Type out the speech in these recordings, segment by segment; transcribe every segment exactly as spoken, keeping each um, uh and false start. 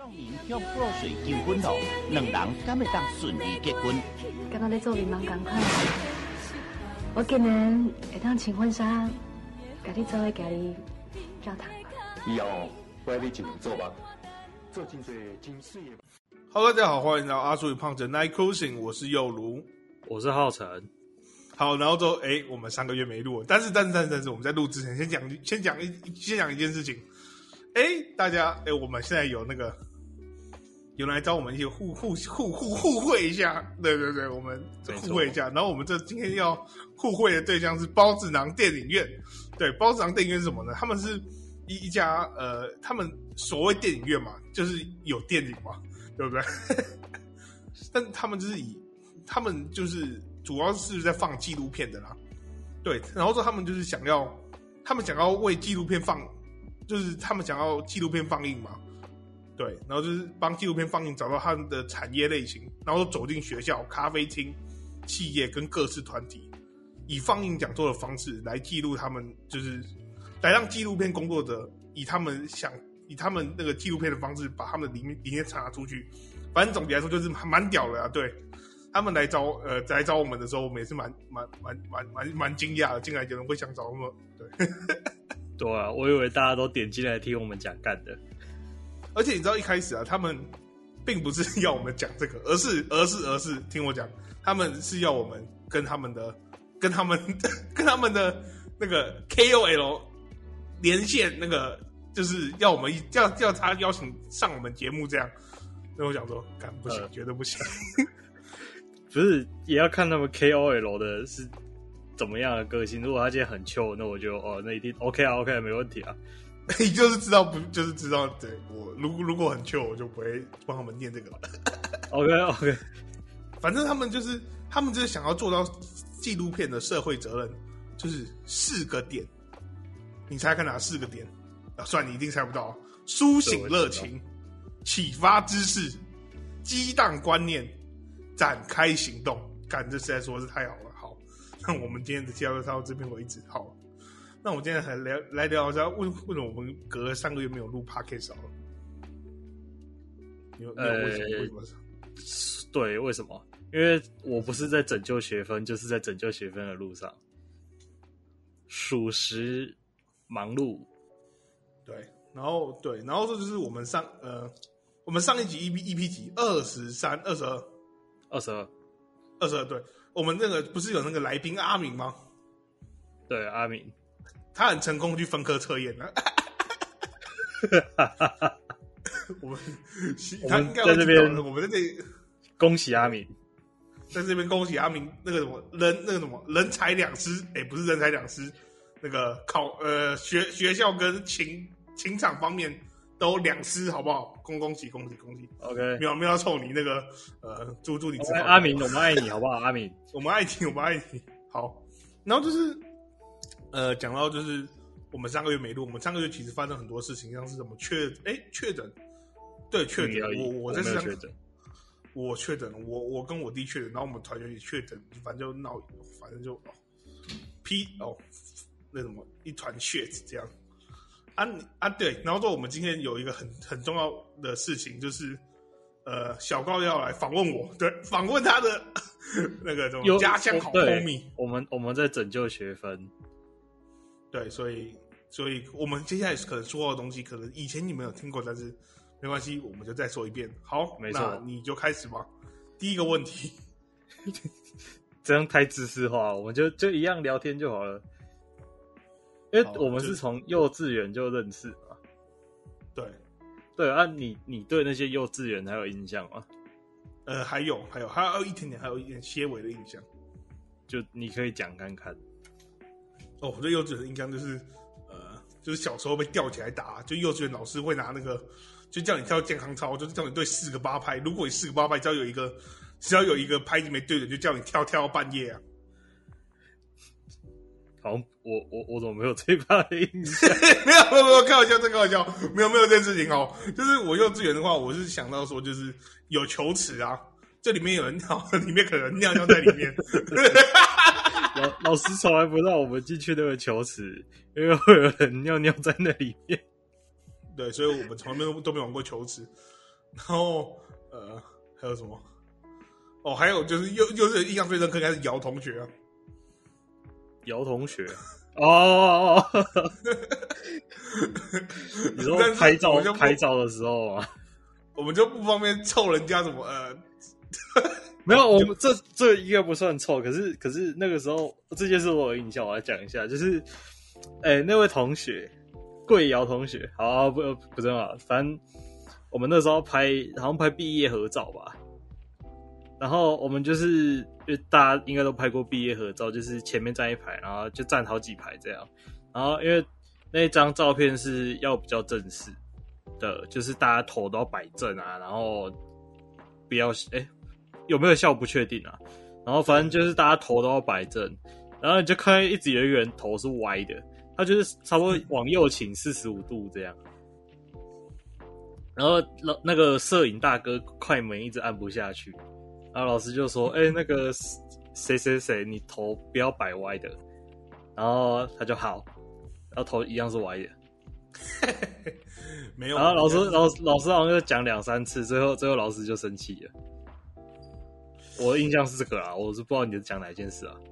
少年向普罗水求婚咯，两人敢会当顺利结婚？ 敢若咧做面盲同款。我今年会当穿婚纱，甲你做伙行哩教堂。 以后我要你一起做吧，做真多真水的。 Hello， 大家好，欢迎来到阿叔与胖子 Night Cruising， 我是佑如， 我是浩辰。 好，然后之后，哎，我们三个月没录了，但是，但是，但是，但是，我们在录之前，先讲，先讲一，先讲一件事情。哎，大家，哎，我们现在有那个，有人来找我们一起互互互互互惠一下，对对对，我们互惠一下。然后我们这今天要互惠的对象是包子囊电影院。对，包子囊电影院是什么呢？他们是一一家呃，他们所谓电影院嘛，就是有电影嘛，对不对？但他们就是以，他们就是主要是在放纪录片的啦。对，然后说他们就是想要，他们想要为纪录片放。就是他们想要纪录片放映嘛，对，然后就是帮纪录片放映找到他们的产业类型，然后走进学校、咖啡厅、企业跟各式团体，以放映讲座的方式来记录他们，就是来让纪录片工作者以他们想以他们那个纪录片的方式把他们的理念理念传达出去。反正总结来说就是蛮屌的啊，对。他们来找呃来找我们的时候，我们也是蛮蛮蛮蛮蛮蛮惊讶的，竟然有人会想找我们，对。 对啊，我以为大家都点进来听我们讲干的， 而且你知道一开始啊，他们并不是要我们讲这个，而是而是而是听我讲，他们是要我们跟他们的跟他们跟他们的那个 K O L 连线，那个就是要我们叫叫他邀请上我们节目这样。那我想说，干不行，呃、绝对不行。 不是也要看他们 K O L 的是怎么样的个性？如果他今天很糗，那我就哦，那一定 OK 啊 ，OK 没问题啊。 你就是知道不？就是知道，对我如果如果很糗，我就不会帮他们念这个了。 OK OK， 反正他们就是他们就是想要做到纪录片的社会责任，就是四个点。你猜看哪四个点？啊，算你一定猜不到。苏醒热情，启发知识，激荡观念，展开行动。干，这实在说是太好了。那我们今天的介绍就到这边为止。好，那我们今天还聊来聊一下，为为什么我们隔了三个月没有录 podcast 了？你有你有为什么？呃、为什么？ 对，为什么？因为我不是在拯救学分，就是在拯救学分的路上，属实忙碌。 对，然后对，然后这就是我们上呃，我们上一集 EP EP 集二十三、二十二、 二十二、 二十二，对。我们那个不是有那个来宾阿明吗？ 对，阿明， 他很成功去分科测验了。我们他应该在这边， 我们在这里恭喜阿明， 在这边恭喜阿明那个什么人那个什么人财两失，哎、欸，不是人财两失，那个考呃学学校跟情情场方面都两失，好不好？恭恭喜恭喜恭喜 ！OK， 没有没有要臭你那个呃，祝祝你知道。 阿明，我们爱你，好不好？阿明， 我们爱你，我们爱你。好，然后就是呃，讲到就是我们上个月没录，我们上个月其实发生很多事情，像是什么确哎确诊，对确诊，我我在上确诊， 我确诊，我我跟我弟确诊，然后我们团员也确诊，反正就闹，反正就哦 P 哦那什么一团血这样。啊啊对，然后说我们今天有一个很很重要的事情，就是呃小高要来访问我，对，访问他的那个什么家乡好 homie。 我们我们在拯救学分， 对，所以所以我们接下来可能说到的东西，可能以前你们有听过，但是没关系，我们就再说一遍。好， 没错， 那你就开始吧。第一个问题， 这样太知识化，我们就就一样聊天就好了。因为我们是从幼稚园就认识嘛， 对， 对啊，你你对那些幼稚园还有印象吗？ 呃，还有还有还有一点点，还有一点些微的印象， 就你可以讲看看。 哦，我对幼稚园的印象就是，呃，就是小时候被吊起来打，就幼稚园老师会拿那个，就叫你跳健康操，就是叫你对四个八拍，如果你四个八拍，只要有一个只要有一个拍子没对准，就叫你跳跳到半夜啊。 好，我我我怎么没有这一趴的印象？ 没有没有没有，开玩笑，真开玩笑，没有没有这件事情哦。就是我幼稚园的话，我是想到说，就是有球池啊，这里面有人尿，里面可能尿尿在里面。 老老师从来不让我们进去那个球池，因为会有人尿尿在那里面。 对，所以我们从来没有都没有玩过球池。 然后呃还有什么？哦，还有就是幼幼稚园印象最深刻应该是姚同学啊。 姚同学，哦，你说拍照拍照的时候吗？ 我们就不方便凑人家什么呃， 没有，我们这这应该不算凑，可是可是那个时候这件事我有印象，我来讲一下，就是，哎，那位同学桂瑶同学，好、啊、不不重要，反正我们那时候拍好像拍毕业合照吧，然后我们就是因为大家应该都拍过毕业合照，就是前面站一排，然后就站好几排这样，然后因为那张照片是要比较正式的，就是大家头都要摆正啊，然后不要哎有没有笑不确定啊，然后反正就是大家头都要摆正，然后你就看到一直有一个人头是歪的，他就是差不多往右倾四十五度这样，然后那个摄影大哥快门一直按不下去，然后老师就说：“哎、欸，那个谁谁谁，你头不要摆歪的。”然后他就好，然后头一样是歪的。 没有。 然后老师老师老师好像就讲两三次，最后最后老师就生气了。我的印象是这个啦，我是不知道你在讲哪一件事啊。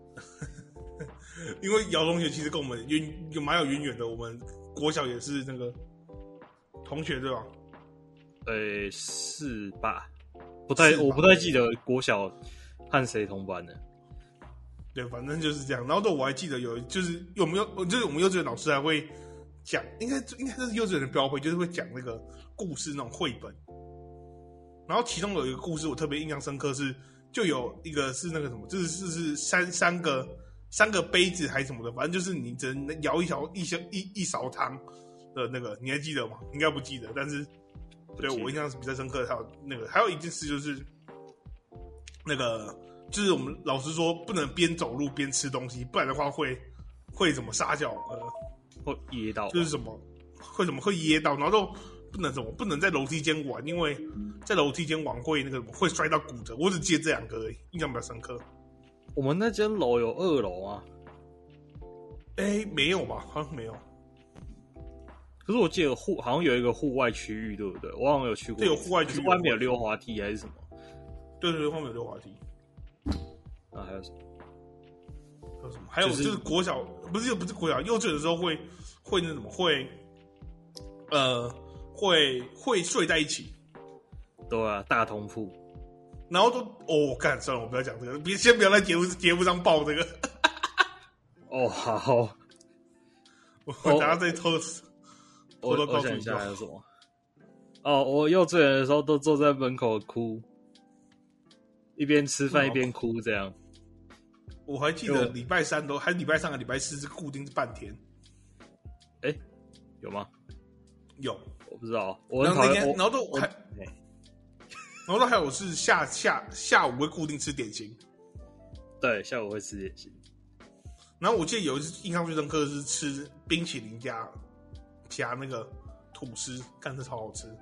因为姚同学其实跟我们渊有蛮有渊源的，我们国小也是那个同学对吧？ 呃，是吧？不太，我不太记得国小和谁同班的。 对，反正就是这样。然后我还记得有，就是有没有，就是我们幼稚园老师还会讲，应该应该是幼稚园的标配，就是会讲那个故事那种绘本。然后其中有一个故事我特别印象深刻是，就有一个是那个什么，就是是是三三个三个杯子还是什么的，反正就是你只能舀一勺一勺一一勺汤的那个，你还记得吗？应该不记得，但是对我印象是比较深刻的。还有那个还有一件事就是那个。就是我们老师说不能边走路边吃东西，不然的话会会怎么撒脚呃， 会噎到， 就是什么会怎么会噎到，然后都不能什么不能在楼梯间玩，因为在楼梯间玩会那个什么会摔到骨折。我只记得这两个而已，印象比较深刻。 我们那间楼有二楼啊？ 哎，没有吧？好像没有。 可是我记得户好像有一个户外区域，对不对？我好像有去过。 对，有户外区域， 是外面有溜滑梯还是什么？ 对对对，外面有溜滑梯。 啊，还有什么？ 还有什么？还有就是国小，不是不是国小，幼稚园的时候会会那什么会，呃，会会睡在一起。 对啊，大通铺。 然后都哦，干算了，我不要讲这个，别先不要在节目节目上报这个。 哦，好， 我等下再偷偷偷告诉你一下还有什么。哦，我幼稚园的时候都坐在门口哭，一边吃饭一边哭，这样。 我还记得礼拜三都，还礼拜三和礼拜四是固定是半天。 哎、欸，有吗？ 有， 我不知道。我然后那天，然后都还， 然后都还有是下下下午会固定吃点心。 对，下午会吃点心。 然后我记得有一次印象最深刻的是吃冰淇淋加加那个吐司，干这超好吃。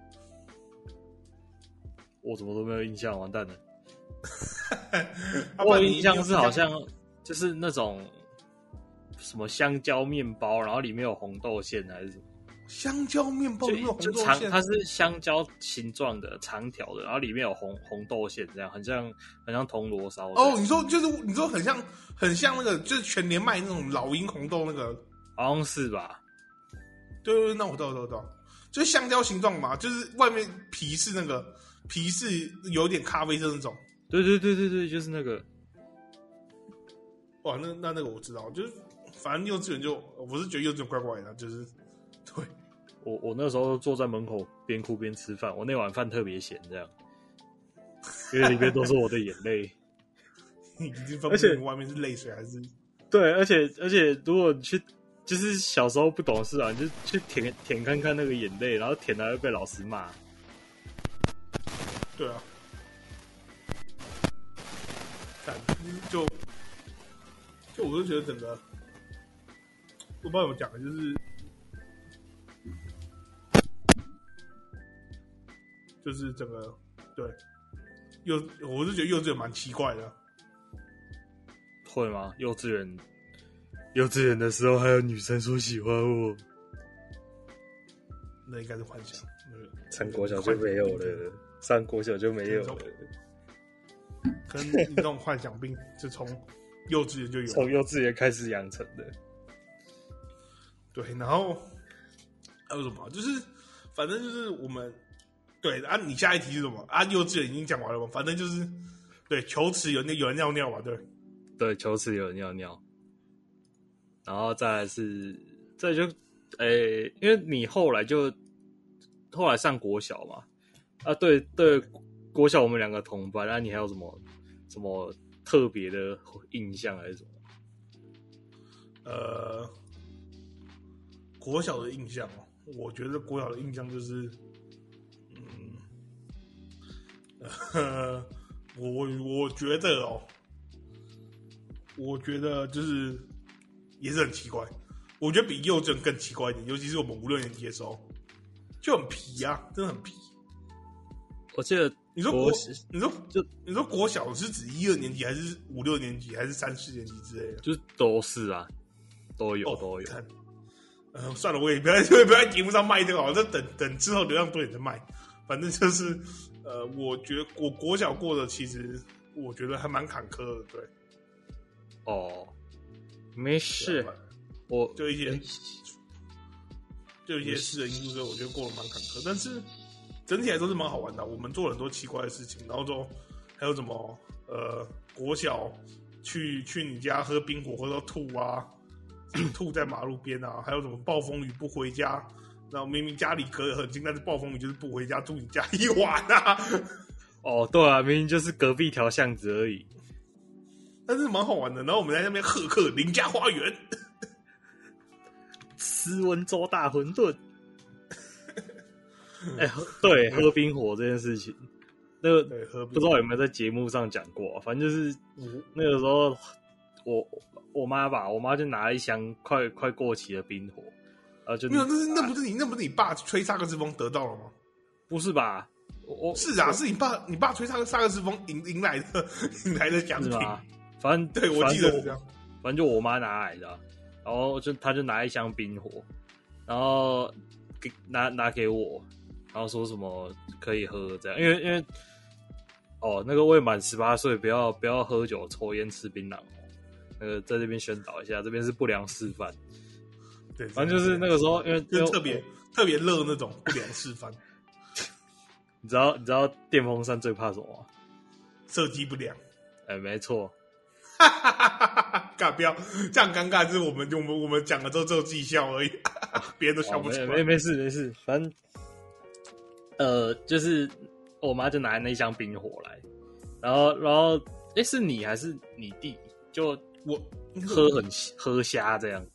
我怎么都没有印象，完蛋了。我有印象是好像就是那种什么香蕉面包，然后里面有红豆馅还是什么？ 香蕉面包里面有红豆馅， 它是香蕉形状的长条的，然后里面有红红豆馅，这样很像很像铜锣烧。 哦，你说就是你说很像很像那个就是全年卖那种老鹰红豆那个， 好像是吧？ 对对对，那我知道我知道，就是香蕉形状嘛，就是外面皮是那个皮是有点咖啡色那种。 对对对对对，就是那个。 哇，那那那个我知道，就是反正幼稚园就我是觉得幼稚园怪怪的，就是对。 我我那时候坐在门口边哭边吃饭，我那碗饭特别咸，这样，因为里面都是我的眼泪。 已经分不清外面是泪水还是对，而且而且如果你去就是小时候不懂事啊，你就去舔舔看看那个眼泪，然后舔了会被老师骂。 对啊。就就我就觉得整个，我不知道怎么讲，就是就是整个对幼，我是觉得幼稚园蛮奇怪的。 会吗？幼稚园幼稚园的时候还有女生说喜欢我， 那应该是幻想， 上国小就没有了，上国小就没有了。 可能你这种幻想病是从幼稚园就有， 从幼稚园开始养成的。 对，然后还有什么？就是反正就是我们对啊，你下一题是什么啊？幼稚园已经讲完了嘛，反正就是对球池有那有人尿尿嘛，对对，球池有人尿尿，然后再来是再就诶、欸，因为你后来就后来上国小嘛，啊对对，国小我们两个同班，那、啊、你还有什么什么特别的印象还是什么？ 呃，国小的印象哦，我觉得国小的印象就是，嗯，呃，我我觉得哦，我觉得就是也是很奇怪，我觉得比幼稚园更奇怪一点，尤其是我们五六年级的时候，就很皮啊，真的很皮。 我记得你说国，你说就你说国小是指一二年级，还是五六年级，还是三四年级之类的？ 就是都是啊，都有、哦、都有。 呃，算了，我也不要，我也不要在节目上卖这个好，这等等之后流量多点再卖。反正就是，呃，我觉得我国小过的其实我觉得还蛮坎坷的，对。 哦，没事，我就一些就一些私人因素，所以我觉得过得蛮坎坷，但是整体来说是蛮好玩的。我们做了很多奇怪的事情，然后就还有什么呃，国小去去你家喝冰火喝到吐啊。吐在马路边啊，还有什么暴风雨不回家，然后明明家里隔得很近，但是暴风雨就是不回家住你家一晚啊。 哦，对啊，明明就是隔壁条巷子而已， 但是蛮好玩的。然后我们在那边贺客林家花园， 吃温州大馄饨。哎、欸，对，喝冰火这件事情，那个不知道有没有在节目上讲过、啊，反正就是、嗯、那个时候我。我妈吧，我妈就拿了一箱快快过期的冰火，然后就没有，那是那不是你那不是你爸吹萨克斯风得到了吗？ 不是吧？我是啊，是你爸你爸吹萨克萨克斯风赢赢来的赢来的奖品。 反正对我记得是这样， 反正就我妈拿来的、啊，然后就她就拿一箱冰火，然后给拿拿给我，然后说什么可以喝这样，因为因为哦那个未满十八岁不要不要喝酒抽烟吃槟榔。那个在这边宣导一下，这边是不良示范。 对， 反正就是那个时候，因为就特别特别热那种不良示范。 你知道你知道电风扇最怕什么吗？ 设计不良。 哎、欸，没错。 哈哈哈哈哈！尬不要这样尴尬，就是我们我们我们讲了之后只有自己笑而已，别人都笑不出来。 没没事没事，反正呃，就是我妈就拿那一箱冰火来，然后然后哎、欸，是你还是你弟？就我喝很喝虾这样，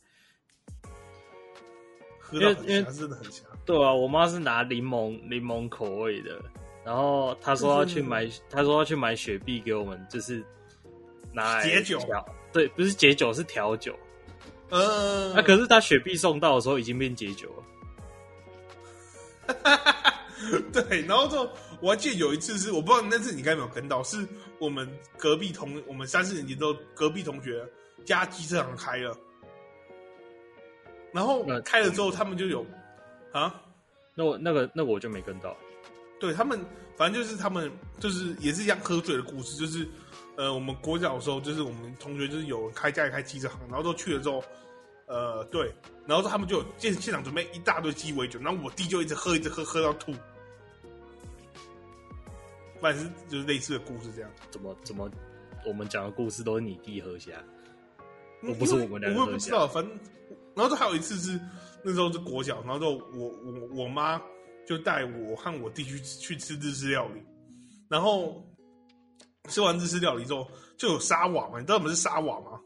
喝到很虾真的很虾。 对啊，我妈是拿柠檬柠檬口味的，然后她说要去买，她说要去买雪碧给我们，就是拿来解酒。 对，不是解酒是调酒。 呃， 那、啊、可是她雪碧送到的时候已经变解酒了。对，然后就我还记得有一次是我不知道那次你应该没有跟到，是我们隔壁同我们三四年级都隔壁同学家机车行开了，然后开了之后他们就有啊， 那我那个那个我就没跟到， 对他们反正就是他们就是也是一样喝醉的故事，就是呃我们国小的时候就是我们同学就是有开家里开机车行，然后都去了之后。呃，对，然后他们就现现场准备一大堆鸡尾酒，然后我弟就一直喝，一直喝，喝到吐。反正是就是类似的故事这样。 怎么怎么，我们讲的故事都是你弟喝虾，我不是我们两个喝虾。 我也不知道，反正然后就还有一次是那时候是国小，然后就我我我妈就带我和我弟去去吃日式料理，然后吃完日式料理之后就有沙瓦嘛，你知道什么是沙瓦吗？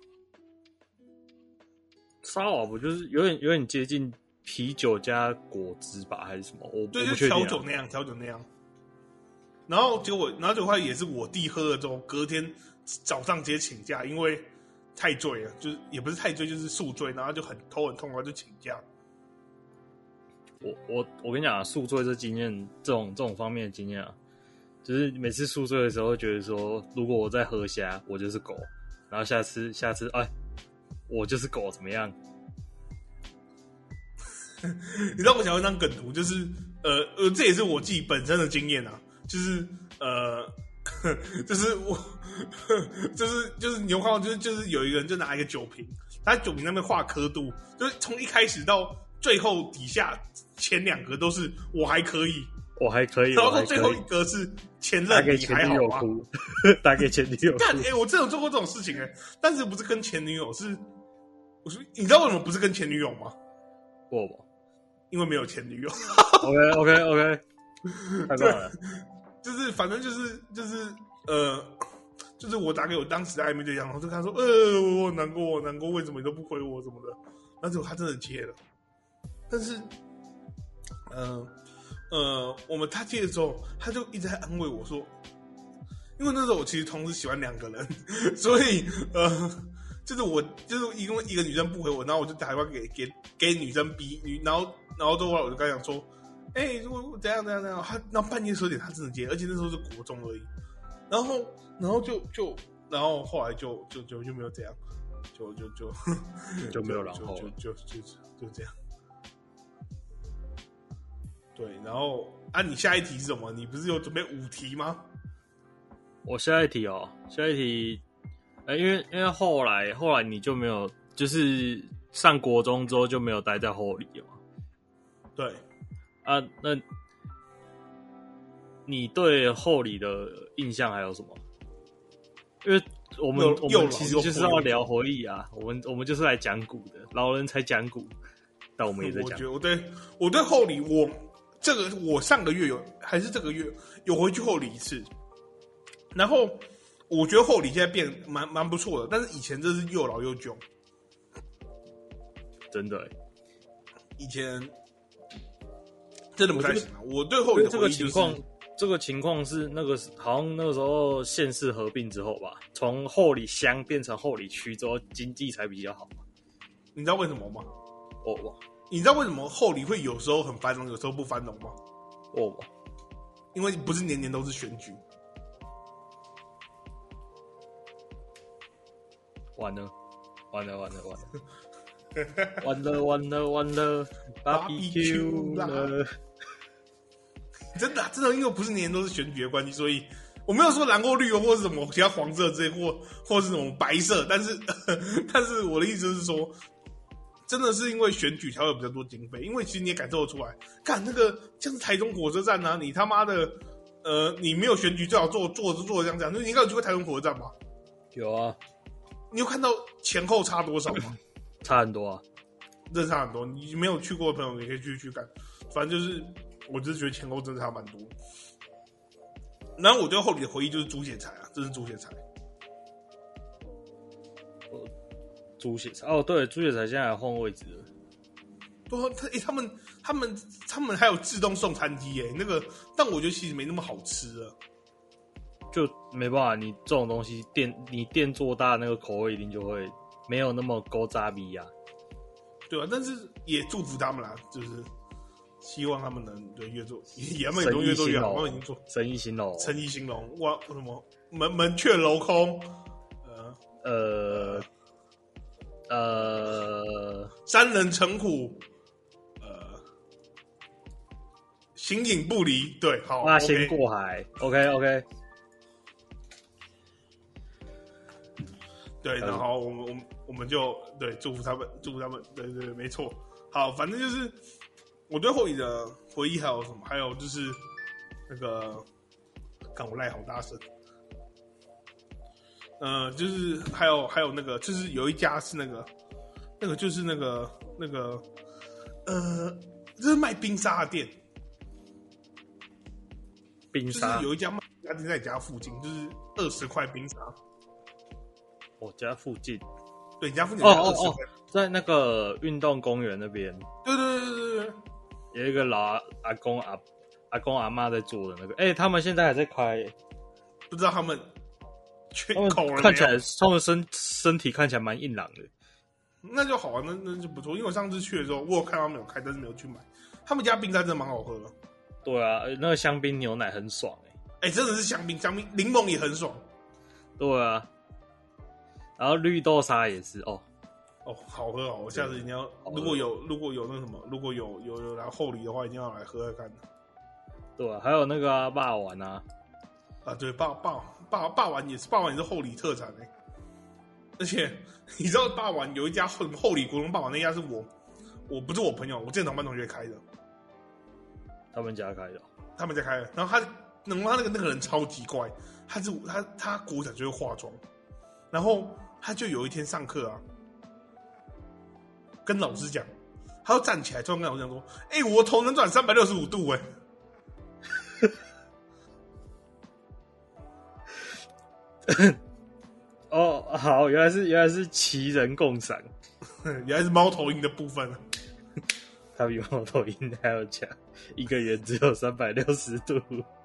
沙瓦不就是有点有点接近啤酒加果汁吧，还是什么？我对， 就调酒那样，调酒那样。然后结果，然后结果也是我弟喝了之后，隔天早上直接请假，因为太醉了，就是也不是太醉，就是宿醉，然后就很头很痛，然后就请假。 我我我跟你讲啊，宿醉这经验，这种这种方面的经验啊，就是每次宿醉的时候，觉得说，如果我在喝虾，我就是狗，然后下次下次哎。我就是狗，怎么样？ 你知道我想要一张梗图，就是呃呃，这也是我自己本身的经验啊，就是呃，就是我，就是就是你有看到，就是就是有一个人就拿一个酒瓶，他酒瓶那边画刻度，就是从一开始到最后底下前两格都是我还可以。 我还可以， 然后到最后一格是前任，你还好吗？ 打给前女友哭， 干哎、欸，我真的有做过这种事情哎、欸，但是不是跟前女友，是我说你知道为什么不是跟前女友吗？ 我吗？ 因为没有前女友。 OK OK OK， 太棒了。 就是反正就是就是呃，就是我打给我当时的暧昧对象，然后就跟他说，呃，我难过，我难过，为什么你都不回我什么的？那结果他真的接了，但是，嗯。呃呃，我们他接的时候，他就一直在安慰我说，因为那时候我其实同时喜欢两个人，所以呃，就是我就是因为一个女生不回我，然后我就打电话给给给女生逼女，然后然后后来我就跟他讲说，哎、欸，我怎样怎样怎样，他然后半夜十二点他真的接，而且那时候是国中而已，然后然后就就然后后来就就就就没有这样，就就就就没有然后就就就就就这样。对，然后啊，你下一题是什么？你不是有准备五题吗？ 我下一题哦，下一题，呃，因为因为后来后来你就没有，就是上国中之后就没有待在后里了嘛。 对， 啊，那你对后里的印象还有什么？因为我们我们其实就是要聊回忆啊，我们我们就是来讲古的，老人才讲古，但我们也在讲。 我觉得我对我对后里我。这个我上个月有还是这个月有回去后里一次，然后我觉得后里现在变蛮蛮不错的，但是以前真是又老又囧， 真的、欸， 以前真的不太行啊。我对后里的这回忆就是、 个情况，这个情况是那个好像那个时候县市合并之后吧，从后里乡变成后里区之后，经济才比较好。 你知道为什么吗？ 哦哇。 你知道为什么后里会有时候很繁荣，有时候不繁荣吗？ 哦， 因为不是年年都是选举。 完了，完了，完了，完了，完了，完了，完了 ，B B Q 了。 真的、啊，真的，因为不是年年都是选举的关系，所以我没有说蓝或绿或是什么其他黄色这些，或或是什么白色，但是但是我的意思是说。真的是因为选举才会有比较多经费，因为其实你也感受得出来，看那个像是台中火车站啊，你他妈的，呃，你没有选举最好做做做做这样这样，你应该有去过台中火车站吧？ 有啊， 你有看到前后差多少吗？ 差很多啊， 真的差很多。你没有去过的朋友，你可以去去看，反正就是我就是觉得前后真的差蛮多。然后我对后里的回忆就是猪血菜啊，这是猪血菜。 猪血菜哦，对，猪血菜现在还换位置了。 对啊，他、欸、他们他们他们还有自动送餐机耶，那个，但我觉得其实没那么好吃了。 就没办法，你这种东西店你店做大，那个口味一定就会没有那么勾扎逼啊。 对啊，但是也祝福他们啦，就是希望他们能对越做也他们也都越做越好，他们已经做生意兴隆， 生意兴隆。哇，什么门门阙楼空，呃呃。呃， 三人成虎，呃，形影不离。对，好， 八仙过海 ，OK OK。 对，然后我们我们我们就对祝福他们，祝福他们，对对对，没错。好，反正就是我对后里的回忆还有什么？还有就是那个，看我赖好大声。呃，就是还有还有那个，就是有一家是那个，那个就是那个那个，呃，就是卖冰沙的店， 冰沙就是有一家卖冰沙店在你家附近，就是二十块冰沙。 我家附近， 对，你家附近哦哦哦，在那个运动公园那边， 对对对对对， 有一个老阿阿公阿阿公阿嬷在做的那个，哎、欸，他们现在还在开、欸， 不知道他们。 他们看起来，他们身身体看起来蛮硬朗的， 那就好啊，那那就不错。因为我上次去的时候，我有看到他们有开，但是没有去买。他们家冰沙真的蛮好喝的。 对啊，那个香槟牛奶很爽哎、欸， 哎、欸，真的是香槟，香槟柠檬也很爽。 对啊，然后绿豆沙也是哦， 哦，好喝哦！我下次一定要，如果有如果有那个什么，如果有有有来后里的话，一定要来喝喝看。 对啊，还有那个啊，霸丸啊， 啊，对，霸霸霸霸丸也是，霸丸也是后里特产哎、欸。而且你知道霸丸有一家后后里国龙霸丸那家是我，我不是我朋友，我正常班同学开的， 他们家开的， 他们家开的。然后他，然后他那个那个人超级怪，他是他他国小就会化妆，然后他就有一天上课啊。跟老师讲，他要站起来，突然跟老师讲说：“哎、欸，我头能转三百六十五度、欸， 哎。”哦，好，原来是原来是奇人共赏， 原来是猫头鹰的部分。 他比猫头鹰还要强，一个人只有三百六十度。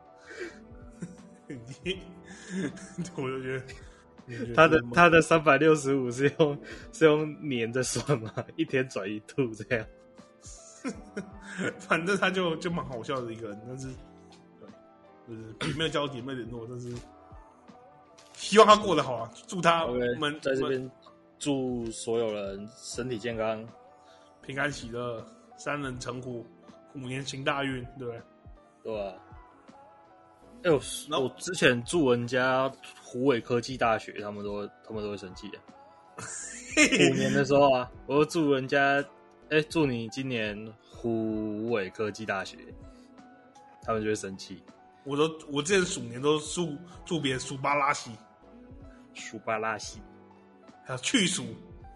我就觉得。 他的他的三百六十五是用是用年的算吗？一天转一度这样。 反正他就就蛮好笑的一个人，但是对，就是没有交集，没有联络，但是希望他过得好啊！祝他 okay, 我们在这边祝所有人身体健康、 平安喜乐，三人成虎，虎年行大运，对不对？ 对吧、啊？哎、欸，我我之前住人家虎尾科技大学，他们都他们都会生气的。虎年的时候啊，我祝人家，哎、欸，祝你今年虎尾科技大学，他们就会生气。 我都我之前鼠年都祝祝别人鼠巴拉西， 鼠巴拉西， 还有去鼠，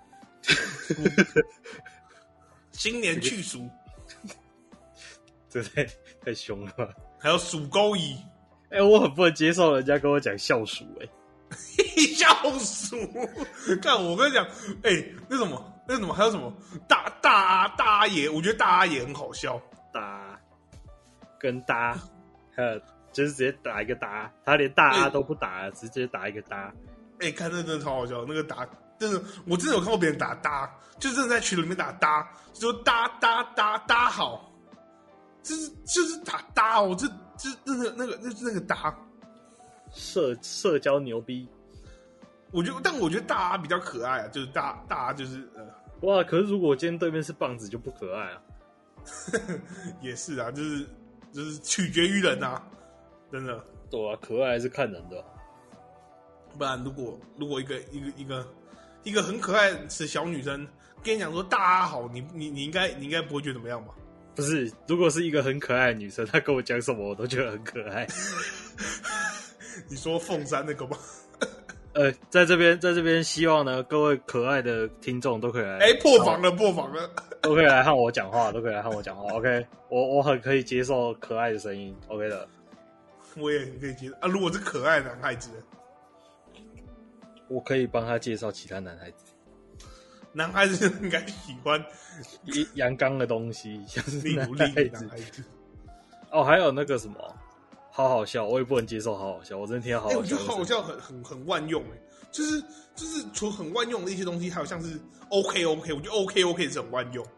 新年去鼠， 这太太凶了吧？ 还有鼠钩椅。 哎、欸，我很不能接受人家跟我讲笑鼠、欸，哎， 笑鼠。看我跟你讲，哎、欸，那什么，那什么，还有什么大大大阿爷？我觉得大阿爷很好笑， 搭跟搭，还有就是直接打一个搭，他连大阿都不打了，直接打一个搭。 哎、欸，看那真的超好笑，那个打真的，我真的有看过别人打搭，就真的在群里面打搭，就说搭搭搭搭好。就是就是打搭哦，这这那个那个那那个搭社社交牛逼， 我觉得，但我觉得大阿比较可爱啊，就是大大阿就是呃， 哇！可是如果今天对面是棒子，就不可爱啊。 也是啊，就是就是取决于人啊，真的。 对啊，可爱还是看人的、啊。 不然，如果如果一个一个一个一个很可爱的小女生跟你讲说大阿好，你你你应该你应该不会觉得怎么样吧？ 不是，如果是一个很可爱的女生，她跟我讲什么我都觉得很可爱。 你说凤山那个吗？ 呃，在这边，在这边，希望呢，各位可爱的听众都可以来。 哎、欸，破防了，破防了， 都可以来和我讲话，都可以来和我讲话。OK， 我我很可以接受可爱的声音。OK 的， 我也很可以接受啊。如果是可爱的男孩子， 我可以帮他介绍其他男孩子。 男孩子应该喜欢阳刚的东西，像是例如例如男孩子。 哦，还有那个什么，好好笑，我也不能接受好好笑，我真的听到好好笑。 哎、欸，我觉得好好笑很很很万用哎、欸，就是就是除了很万用的一些东西，还有像是 OK OK， 我觉得 OK OK 是很万用。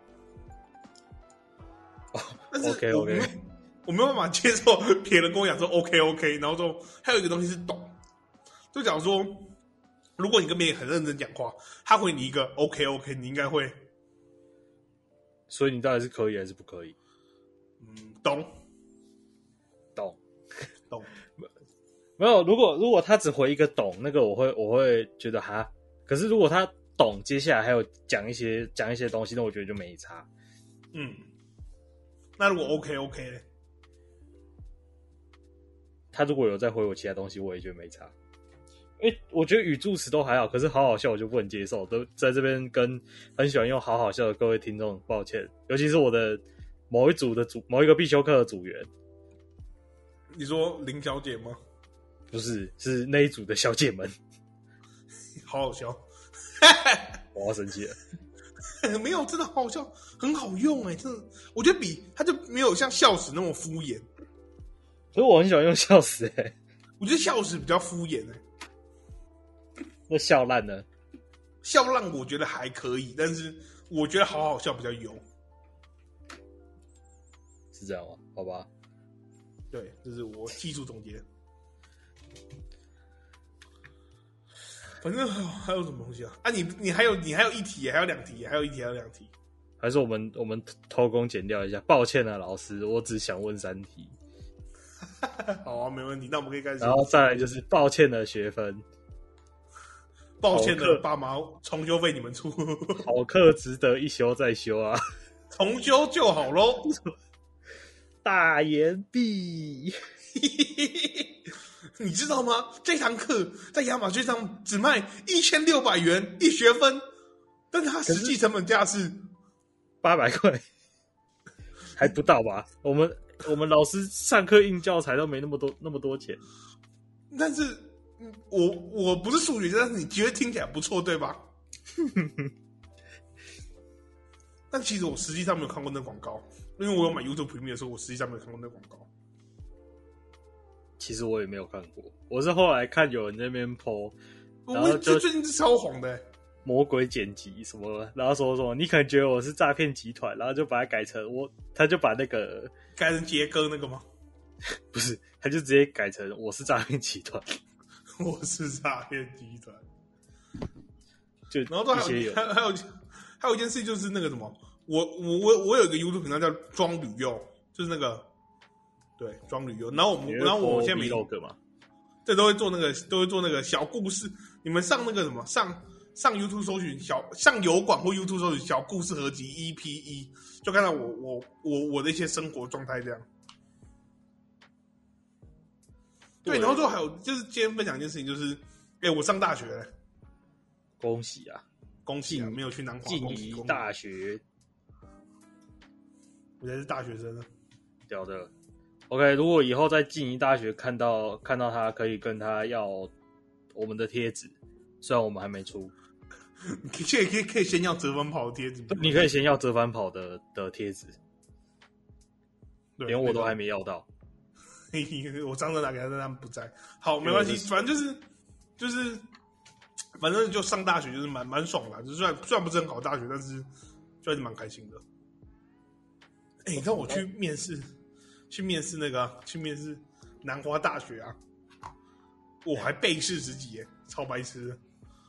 哦、 但是 OK 我没 OK， 我没有办法接受别人跟我讲说 OK OK， 然后说还有一个东西是懂，就假如说。如果你跟别人很认真讲话，他回你一个 OK OK， 你应该会。 所以你到底是可以还是不可以？ 嗯，懂， 懂， 懂。 没有，如果如果他只回一个懂，那个我会我会觉得哈。可是如果他懂，接下来还有讲一些讲一些东西，那我觉得就没差。 嗯，那如果 OK OK 呢？ 他如果有再回我其他东西，我也觉得没差。因为我觉得语助词都还好，可是好好笑我就不能接受。都在这边跟很喜欢用好好笑的各位听众抱歉，尤其是我的某一组的组某一个必修课的组员。 你说林小姐吗？ 不是，是那一组的小姐们。 好好笑， 我要生气了。 没有，真的好好笑，很好用哎、欸，真的，我觉得比他就没有像笑死那么敷衍。 可是我很喜欢用笑死哎、欸， 我觉得笑死比较敷衍哎、欸。 那笑烂呢？ 笑烂我觉得还可以，但是我觉得好好笑比较油， 是这样吗？好吧， 对，这是我技术总结。 反正还有什么东西啊？啊你，你还有你还有一题，还有两题，还有一题，还有两题。 还是我们我们偷工减料一下？抱歉啊，老师，我只想问三题。 好啊，没问题。那我们可以开始。 然后再来就是抱歉的学分， 抱歉的爸妈，重修费你们出。 好课值得一修再修啊， 重修就好咯。 大言毕。 你知道吗？这堂课在亚马逊上只卖一千六百元一学分，但它实际成本价是八百块，还不到吧？我们我们老师上课印教材都没那么多那么多钱。 但是，我我不是数学家，但是你觉得听起来不错，对吧？但其实我实际上没有看过那广告，因为我有买 YouTube Premium 的时候，我实际上没有看过那广告。 其实我也没有看过，我是后来看有人在那边 po， 然后就最近是超红的、欸， 魔鬼剪辑什么，然后说什么你可能觉得我是诈骗集团，然后就把它改成我，他就把那个改成杰哥那个吗？ 不是，他就直接改成我是诈骗集团， 我是诈骗集团。 就然后都还有还有还有还有一件事就是那个什么，我我我我有一个 YouTube 频道叫装旅游，就是那个。对，装旅游，然后我们，然后我现在每个嘛， 这都会做那个，都会做那个小故事。你们上那个什么，上上 YouTube 搜寻小，上油管或 YouTube 搜寻小故事合集 E P 一，就看到我我我我的一些生活状态这样。对，然后最后还有就是今天分享一件事情，就是，哎，我上大学了， 恭喜啊， 恭喜啊，没有去南华， 静宜大学， 我才是大学生呢， 屌的。OK， 如果以后在静宜大学看到看到他，可以跟他要我们的贴纸，虽然我们还没出。 你可以可以可以先要折返跑的贴纸， 你可以先要折返跑的的贴纸，连我都还没要到。 我上次拿给他，但他们不在。好，没关系，反正就是就是，反正就上大学就是蛮蛮爽的，就虽然虽然不是很好的大学，但是就还是蛮开心的。哎、欸，你知道我去面试？去面试那个、啊，去面试南华大学啊，我还背试十几耶，超白痴的。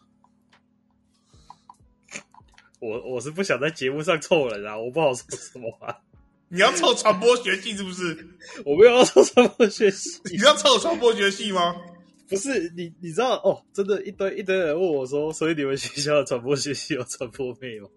我我是不想在节目上凑人啊，我不好说什么啊。 你要凑传播学系是不是？ 我没有要凑传播学系， 你要凑传播学系吗？ 不是，你你知道哦，真的，一堆一堆人问我说，所以你们学校的传播学系有传播妹吗？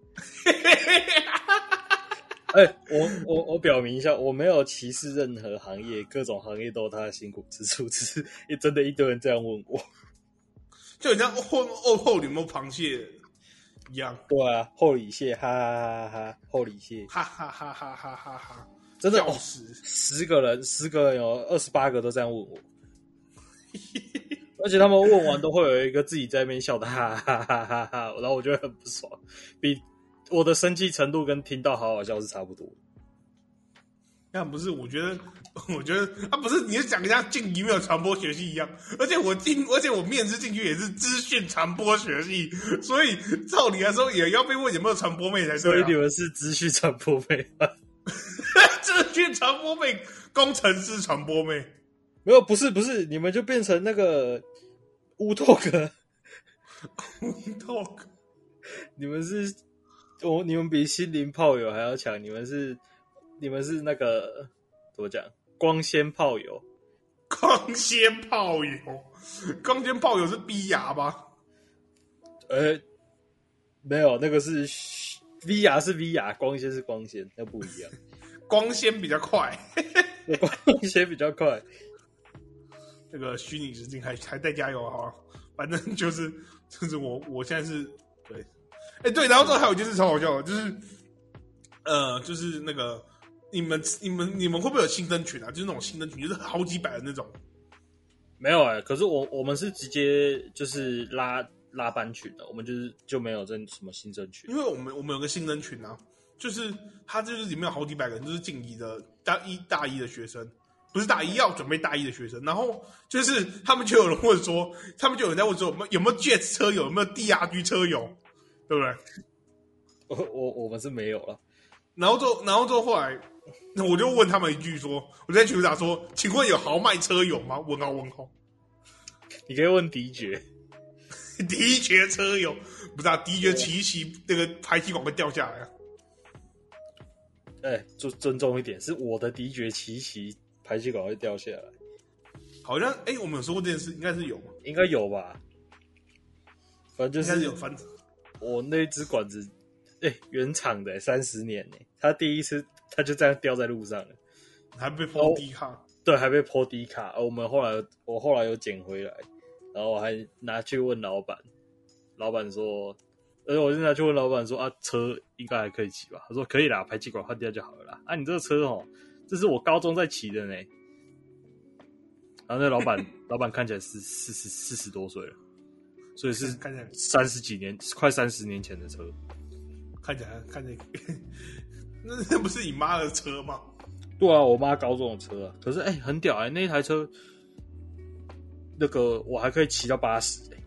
哎、欸，我我我表明一下，我没有歧视任何行业，各种行业都有它的辛苦之处，只是真的一堆人这样问我， 就很像后后后里面螃蟹一样。 对啊，厚礼蟹，哈哈哈哈，厚礼蟹， 哈哈哈哈哈哈哈， 真的， 笑死、哦！ 十个人，十个人有二十八个都这样问我，而且他们问完都会有一个自己在那边笑的，哈哈哈哈哈，然后我就会很不爽，比。我的生气程度跟听到好好笑是差不多。 那不是，我觉得，我觉得啊，不是，你是讲像静宜没有传播学系一样，而且我进，而且我面试进去也是资讯传播学系，所以照理来说也要被问有没有传播妹才对、啊。 所以你们是资讯传播妹吗？ 资讯传播妹，工程师传播妹， 没有，不是不是，你们就变成那个乌托克， 乌托克， 你们是。我你们比心灵炮友还要强，你们是你们是那个怎么讲？光纤炮友， 光纤炮友，光纤炮友是逼牙吧？ 呃，没有，那个是 V R 是 V R， 光纤是光纤，那不一样。 光纤比较快， 光纤比较快。 这个虚拟实境还还在加油哈，反正就是就是我我现在是对。哎、欸，对，然后之后还有一件事超好笑的，就是，呃，就是那个你们、你们、你们会不会有新增群啊？就是那种新增群，就是好几百的那种。 没有哎、欸，可是我我们是直接就是拉拉班群的，我们就是就没有这什么新增群。 因为我们我们有个新增群啊，就是他就是里面有好几百个人，就是静宜的大一大一的学生，不是大一要准备大一的学生，然后就是他们就有人问说，他们就有人在问说有没有有没有 Jet 车友，有没有 D R G 车友。对不对？ 我我我们是没有了， 然后之后，然后之后后来，我就问他们一句说，我在群组打说，请问有豪迈车友吗？问号问号。 你可以问迪爵， 的确车友不是啊，的确骑一骑那个排气管会掉下来啊。 哎、欸，就尊重一点，是我的的确骑一骑排气管会掉下来。 好像哎、欸，我们有说过这件事，应该是有吗？ 应该有吧。反正就是应该是有，反正我那只管子，哎、欸，原厂的三十年呢，他第一次他就这样掉在路上了， 还被抛低卡、哦， 对，还被抛低卡。我们后来我后来有捡回来，然后我还拿去问老板，老板说。而我现在就问老板说啊，车应该还可以骑吧？他说可以啦，排气管换掉就好了啦。啊，你这个车哦，这是我高中在骑的呢。然后那老板老板看起来是四十四十多岁了，所以是三十几年，快三十年前的车。 看起来看起来，那那不是你妈的车吗？ 对啊，我妈高中的车啊。可是哎、欸，很屌哎、欸，那一台车，那个我还可以骑到八十哎。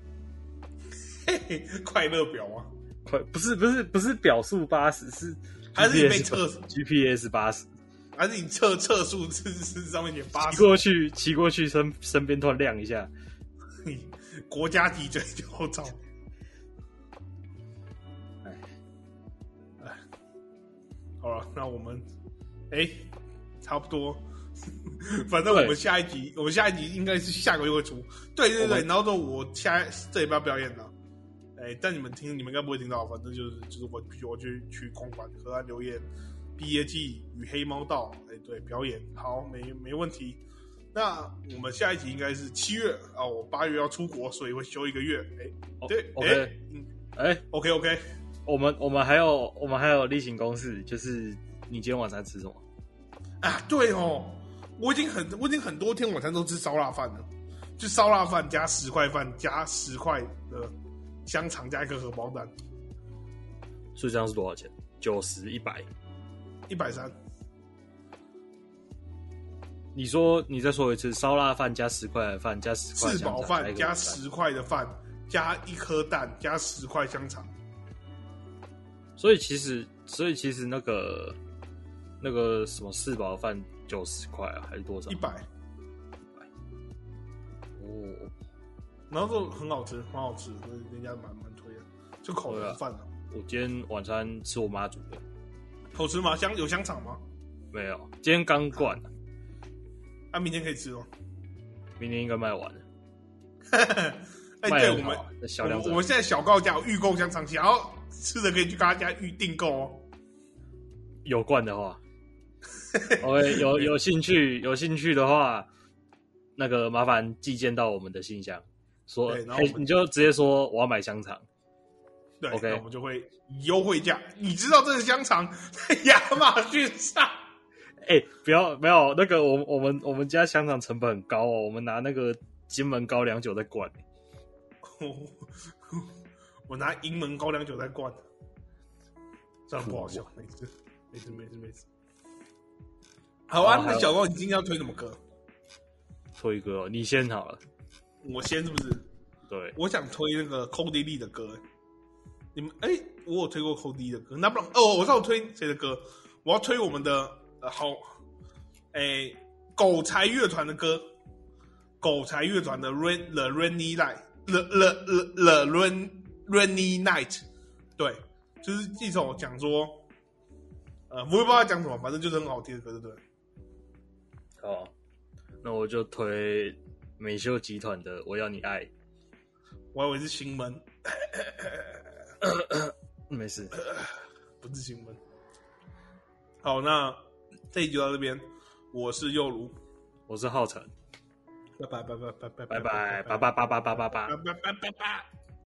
快乐表吗？ 快不是不是不是表速八十，是还是你被测 G P S 八十， 还是你测测速是是上面写八十？ 骑过去骑过去身身边突然亮一下， 国家级追焦照。 哎哎，好了，那我们哎、欸、差不多。反正我们下一集，我们下一集应该是下个月会出。对对对，然后之后我下这礼拜表演了，哎、欸，但你们听，你们应该不会听到。反正就是就是我我去去公馆河岸留言，毕业季与黑猫道，哎、欸，对，表演好，没没问题。那我们下一集应该是七月啊，我八月要出国，所以会休一个月。哎、欸，对 ，OK，哎、欸、 ，OK OK， 我们我们还有我们还有例行公事，就是你今天晚餐吃什么？ 啊，对哦。我已经很我已经很多天晚餐都吃烧腊饭了，就烧腊饭加十块饭加十块的香肠加一颗荷包蛋， 所以这样是多少钱？九十、一百、 一百三。 你说你再说一次，烧腊饭加十块的饭加十块四宝饭加十块的饭加一颗蛋加十块香肠。 所以其实所以其实那个那个什么四宝饭。九十块啊，还是多少？ 一百， 哦， 然后就很好吃，蛮好吃，人家蛮蛮推的，就口头饭啊。 我今天晚餐吃我妈煮的， 好吃吗？香有香肠吗？ 没有，今天刚灌。 啊，明天可以吃哦。 明天应该卖完了。 哎、欸，对，我们小量， 我们现在小告价预购香肠，想要吃的可以去跟他家预订购哦。 有灌的话。OK， 有有兴趣有兴趣的话，那个麻烦寄件到我们的信箱，说，欸、你就直接说我要买香肠。 对 ，OK， 那我们就会以优惠价。你知道这个香肠在亚马逊上？ 哎、欸，不要没有那个，我我们我们家香肠成本很高哦，我们拿那个金门高粱酒在灌、 欸。我拿银门高粱酒在灌，这样不好笑。没事，没事，没事，没事。好啊，那小高，你今天要推什么歌？ 推歌、哦，你先好了。 我先是不是？ 对， 我想推那个 Cody Lee 的歌。你们哎、欸，我有推过 Cody Lee 的歌，那不然哦，我知道我推谁的歌？我要推我们的呃好，哎、欸，狗才乐团的歌。狗才乐团的 Rain The Rainy Night，The The The Rain Rainy Night， 对，就是一首讲说，呃，我也不知道他讲什么，反正就是很好听的歌，对不对？ 好，那我就推美秀集团的《我要你爱》。 我以为是新门， 没事， 不是新门。好，那这一集就到这边，我是佑如， 我是浩辰， 拜拜拜拜拜拜拜拜拜拜拜拜拜拜拜拜拜拜拜。